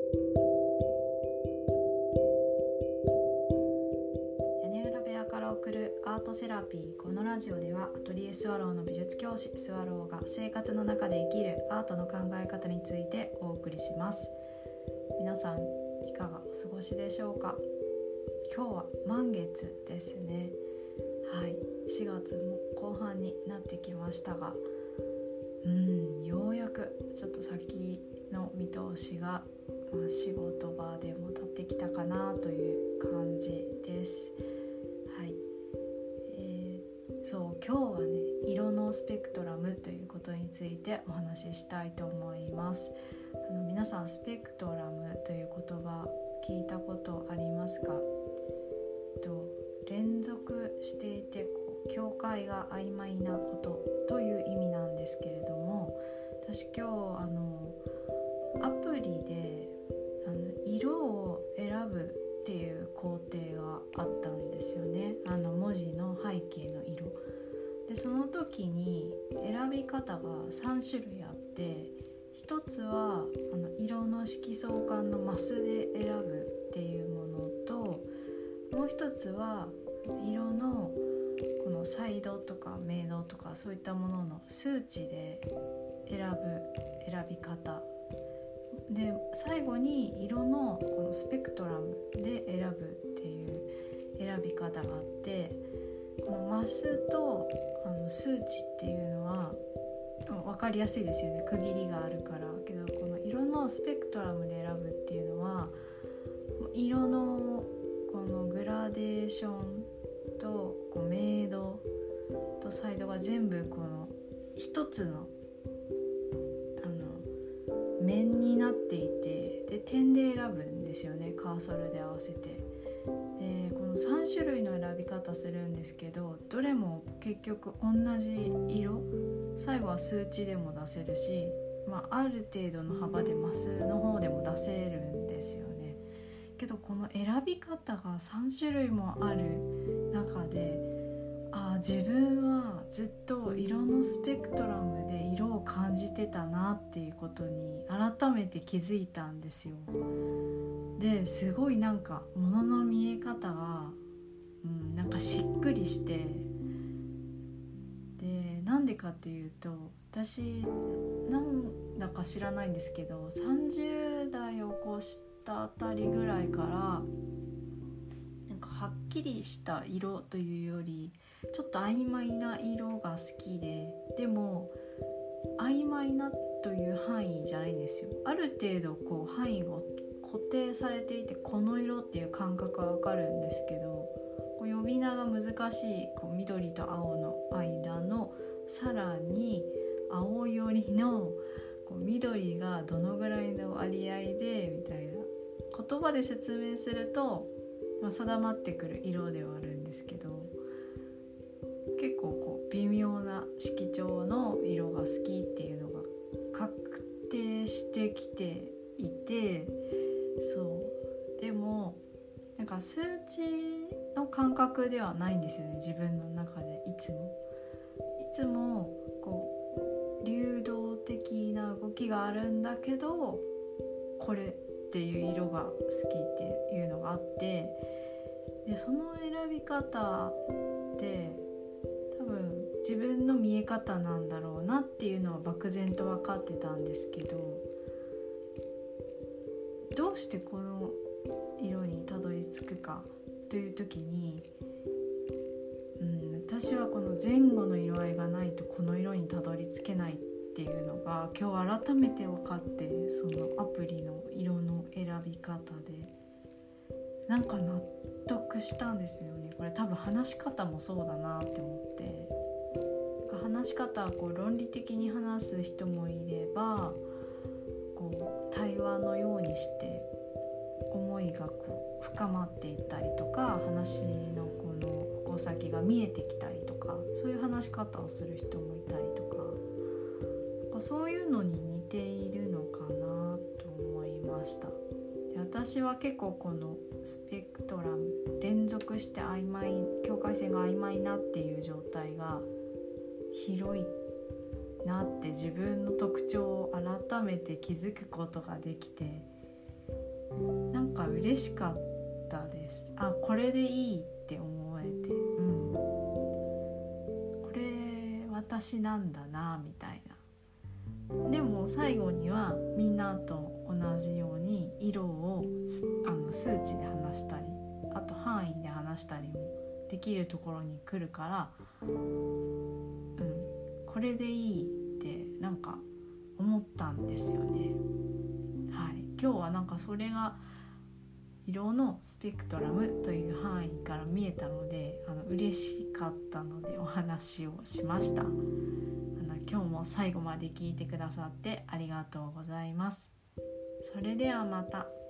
屋根裏部屋から送るアートセラピー。このラジオではアトリエスワローの美術教師スワローが生活の中で生きるアートの考え方についてお送りします。皆さんいかがお過ごしでしょうか。今日は満月ですね。はい、4月も後半になってきましたが、ようやくちょっと先の見通しが、仕事場でも立ってきたかなという感じです。はい、今日はね、色のスペクトラムということについてお話ししたいと思います。皆さんスペクトラムという言葉聞いたことありますか？連続していて境界が曖昧なことという意味なんですけれども、私今日アプリで色を選ぶっていう工程があったんですよね。文字の背景の色で、その時に選び方が3種類あって、一つは色の色相関のマスで選ぶっていうものと、もう一つは色のこの彩度とか明度とかそういったものの数値で選び方で、最後に色のこのスペクトラムで選ぶっていう選び方があって、このマスと数値っていうのは分かりやすいですよね。区切りがあるから。けどこの色のスペクトラムで選ぶっていうのは、色のこのグラデーションと明度と彩度が全部この一つの面になっていて、で点で選ぶんですよね。カーソルで合わせて。でこの3種類の選び方するんですけど、どれも結局同じ色、最後は数値でも出せるし、ある程度の幅でマスの方でも出せるんですよね。けどこの選び方が3種類もある中で、自分はずっと色のスペクトラムで色を感じてたなっていうことに改めて気づいたんですよ。ですごい物の見え方が、しっくりして、でなんでかっていうと、私なんだか知らないんですけど、30代を越したあたりぐらいからはっきりした色というよりちょっと曖昧な色が好きで、でも曖昧なという範囲じゃないんですよ。ある程度範囲が固定されていて、この色っていう感覚はわかるんですけど、呼び名が難しい緑と青の間のさらに青寄りの緑がどのぐらいの割合でみたいな、言葉で説明すると定まってくる色ではあるんですけど、結構微妙な色調の色が好きっていうのが確定してきていて、でも数値の感覚ではないんですよね。自分の中でいつも流動的な動きがあるんだけど、これっていう色が好きっていうのがあって、でその選び方って多分自分の見え方なんだろうなっていうのは漠然と分かってたんですけど、どうしてこの色にたどり着くかという時に、私はこの前後の色合いがないとこの色にたどり着けないっていうのが今日改めて分かって、そのアプリの色の選び方で納得したんですよね。これ多分話し方もそうだなって思って、話し方は論理的に話す人もいれば、対話のようにして思いが深まっていったりとか、話の矛先が見えてきたりとか、そういう話し方をする人もいたりとか、そういうのに似ているのかなと思いました。で、私は結構このスペクトラム、連続して境界線が曖昧なっていう状態が広いなって、自分の特徴を改めて気づくことができて、 嬉しかったです。これでいいって思えて、これ私なんだなみたいな。でも最後にはみんなと同じように色を数値で話したり、あと範囲で話したりもできるところに来るから、これでいいってなんか思ったんですよね。はい、今日はなんかそれが色のスペクトラムという範囲から見えたので、嬉しかったのでお話をしました。今日も最後まで聞いてくださってありがとうございます。それではまた。